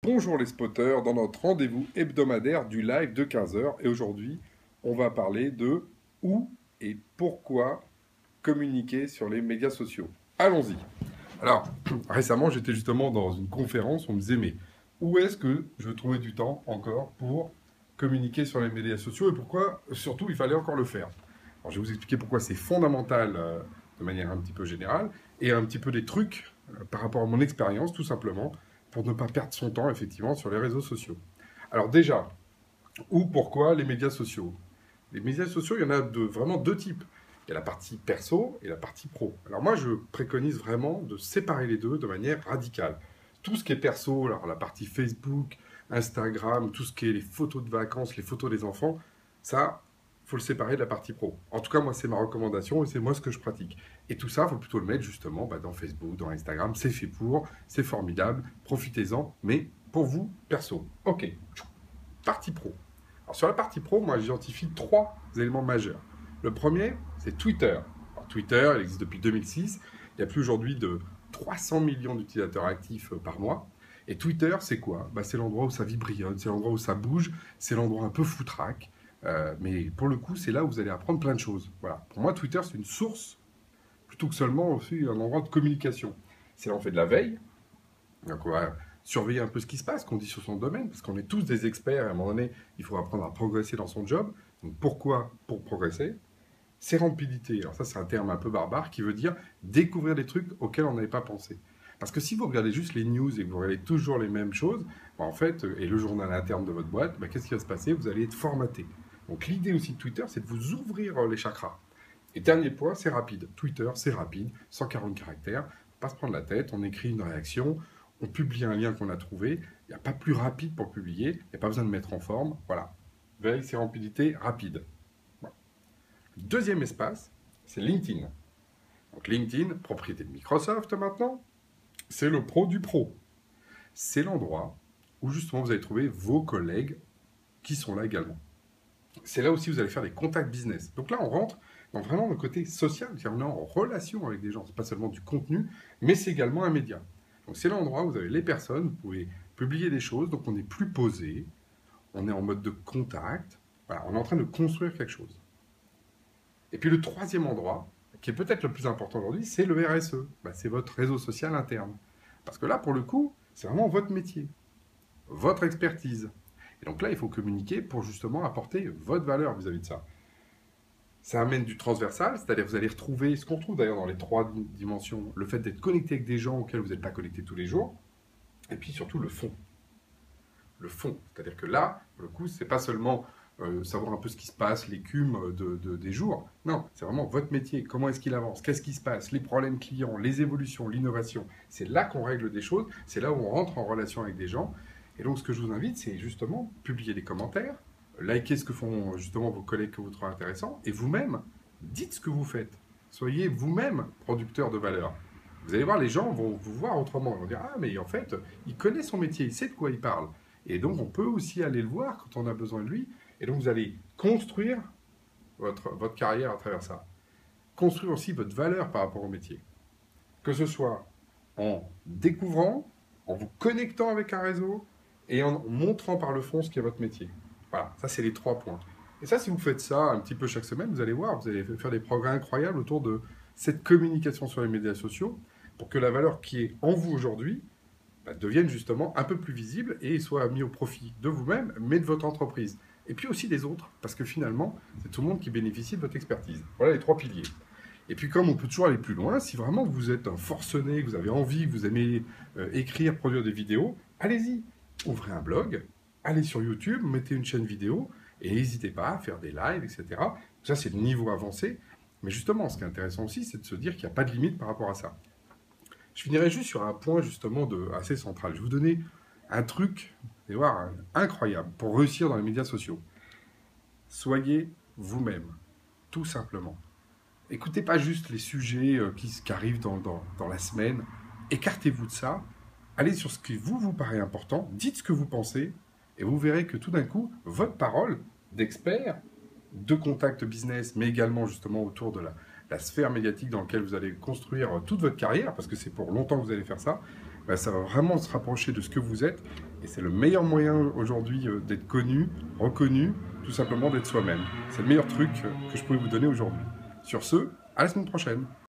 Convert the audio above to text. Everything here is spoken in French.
Bonjour les spotters, dans notre rendez-vous hebdomadaire du live de 15 heures. Et aujourd'hui, on va parler de où et pourquoi communiquer sur les médias sociaux. Allons-y. Alors, récemment, j'étais justement dans une conférence, on me disait, mais où est-ce que je trouvais du temps encore pour communiquer sur les médias sociaux et pourquoi, surtout, il fallait encore le faire. Alors, je vais vous expliquer pourquoi c'est fondamental de manière un petit peu générale et un petit peu des trucs par rapport à mon expérience, tout simplement, pour ne pas perdre son temps, effectivement, sur les réseaux sociaux. Alors déjà, où, pourquoi les médias sociaux? Les médias sociaux, il y en a vraiment deux types. Il y a la partie perso et la partie pro. Alors moi, je préconise vraiment de séparer les deux de manière radicale. Tout ce qui est perso, alors la partie Facebook, Instagram, tout ce qui est les photos de vacances, les photos des enfants, ça, faut le séparer de la partie pro. En tout cas, moi, c'est ma recommandation et c'est moi ce que je pratique. Et tout ça, il faut plutôt le mettre justement dans Facebook, dans Instagram. C'est fait pour, c'est formidable, profitez-en, mais pour vous, perso. Ok, partie pro. Alors sur la partie pro, moi, j'identifie trois éléments majeurs. Le premier, c'est Twitter. Alors, Twitter, il existe depuis 2006. Il y a plus aujourd'hui de 300 millions d'utilisateurs actifs par mois. Et Twitter, c'est quoi? C'est l'endroit où ça vibrionne, c'est l'endroit où ça bouge, c'est l'endroit un peu foutraque. Mais pour le coup, c'est là où vous allez apprendre plein de choses. Voilà. Pour moi, Twitter, c'est une source plutôt que seulement aussi un endroit de communication. C'est là où on fait de la veille. Donc on va surveiller un peu ce qui se passe, qu'on dit sur son domaine, parce qu'on est tous des experts et à un moment donné, il faut apprendre à progresser dans son job. Donc pourquoi? Pour progresser. Sérendipité, alors ça c'est un terme un peu barbare qui veut dire découvrir des trucs auxquels on n'avait pas pensé. Parce que si vous regardez juste les news et que vous regardez toujours les mêmes choses, en fait, et le journal interne de votre boîte, qu'est-ce qui va se passer? Vous allez être formaté. Donc l'idée aussi de Twitter, c'est de vous ouvrir les chakras. Et dernier point, c'est rapide. Twitter, c'est rapide, 140 caractères, pas se prendre la tête, on écrit une réaction, on publie un lien qu'on a trouvé, il n'y a pas plus rapide pour publier, il n'y a pas besoin de mettre en forme, voilà. Veille, sérendipité, rapide. Voilà. Le deuxième espace, c'est LinkedIn. Donc LinkedIn, propriété de Microsoft maintenant, c'est le pro du pro. C'est l'endroit où justement vous allez trouver vos collègues qui sont là également. C'est là aussi où vous allez faire des contacts business. Donc là, on rentre dans vraiment le côté social, c'est-à-dire on est en relation avec des gens. Ce n'est pas seulement du contenu, mais c'est également un média. Donc c'est l'endroit où vous avez les personnes, vous pouvez publier des choses, donc on est plus posé, on est en mode de contact, voilà, on est en train de construire quelque chose. Et puis le troisième endroit, qui est peut-être le plus important aujourd'hui, c'est le RSE. C'est votre réseau social interne. Parce que là, pour le coup, c'est vraiment votre métier, votre expertise. Et donc là, il faut communiquer pour justement apporter votre valeur vis-à-vis de ça. Ça amène du transversal, c'est-à-dire que vous allez retrouver ce qu'on retrouve d'ailleurs dans les trois dimensions, le fait d'être connecté avec des gens auxquels vous n'êtes pas connecté tous les jours, et puis surtout le fond. Le fond, c'est-à-dire que là, pour le coup, c'est pas seulement savoir un peu ce qui se passe, l'écume des jours, non, c'est vraiment votre métier, comment est-ce qu'il avance, qu'est-ce qui se passe, les problèmes clients, les évolutions, l'innovation, c'est là qu'on règle des choses, c'est là où on rentre en relation avec des gens, et donc ce que je vous invite, c'est justement publier des commentaires, likez ce que font justement vos collègues que vous trouvez intéressants, et vous-même, dites ce que vous faites. Soyez vous-même producteur de valeur. Vous allez voir, les gens vont vous voir autrement. Ils vont dire, ah, mais en fait, il connaît son métier, il sait de quoi il parle. Et donc, on peut aussi aller le voir quand on a besoin de lui. Et donc, vous allez construire votre carrière à travers ça. Construire aussi votre valeur par rapport au métier. Que ce soit en découvrant, en vous connectant avec un réseau, et en montrant par le fond ce qui est votre métier. Voilà, ça c'est les trois points. Et ça, si vous faites ça un petit peu chaque semaine, vous allez voir, vous allez faire des progrès incroyables autour de cette communication sur les médias sociaux pour que la valeur qui est en vous aujourd'hui devienne justement un peu plus visible et soit mise au profit de vous-même, mais de votre entreprise. Et puis aussi des autres, parce que finalement, c'est tout le monde qui bénéficie de votre expertise. Voilà les trois piliers. Et puis comme on peut toujours aller plus loin, si vraiment vous êtes un forcené, que vous avez envie, que vous aimez écrire, produire des vidéos, allez-y, ouvrez un blog, allez sur YouTube, mettez une chaîne vidéo, et n'hésitez pas à faire des lives, etc. Ça, c'est le niveau avancé. Mais justement, ce qui est intéressant aussi, c'est de se dire qu'il n'y a pas de limite par rapport à ça. Je finirai juste sur un point justement assez central. Je vais vous donner un truc, vous allez voir, incroyable pour réussir dans les médias sociaux. Soyez vous-même, tout simplement. Écoutez pas juste les sujets qui arrivent dans la semaine. Écartez-vous de ça. Allez sur ce qui vous paraît important. Dites ce que vous pensez. Et vous verrez que tout d'un coup, votre parole d'expert, de contact business, mais également justement autour de la sphère médiatique dans laquelle vous allez construire toute votre carrière, parce que c'est pour longtemps que vous allez faire ça, ça va vraiment se rapprocher de ce que vous êtes. Et c'est le meilleur moyen aujourd'hui d'être connu, reconnu, tout simplement d'être soi-même. C'est le meilleur truc que je pouvais vous donner aujourd'hui. Sur ce, à la semaine prochaine.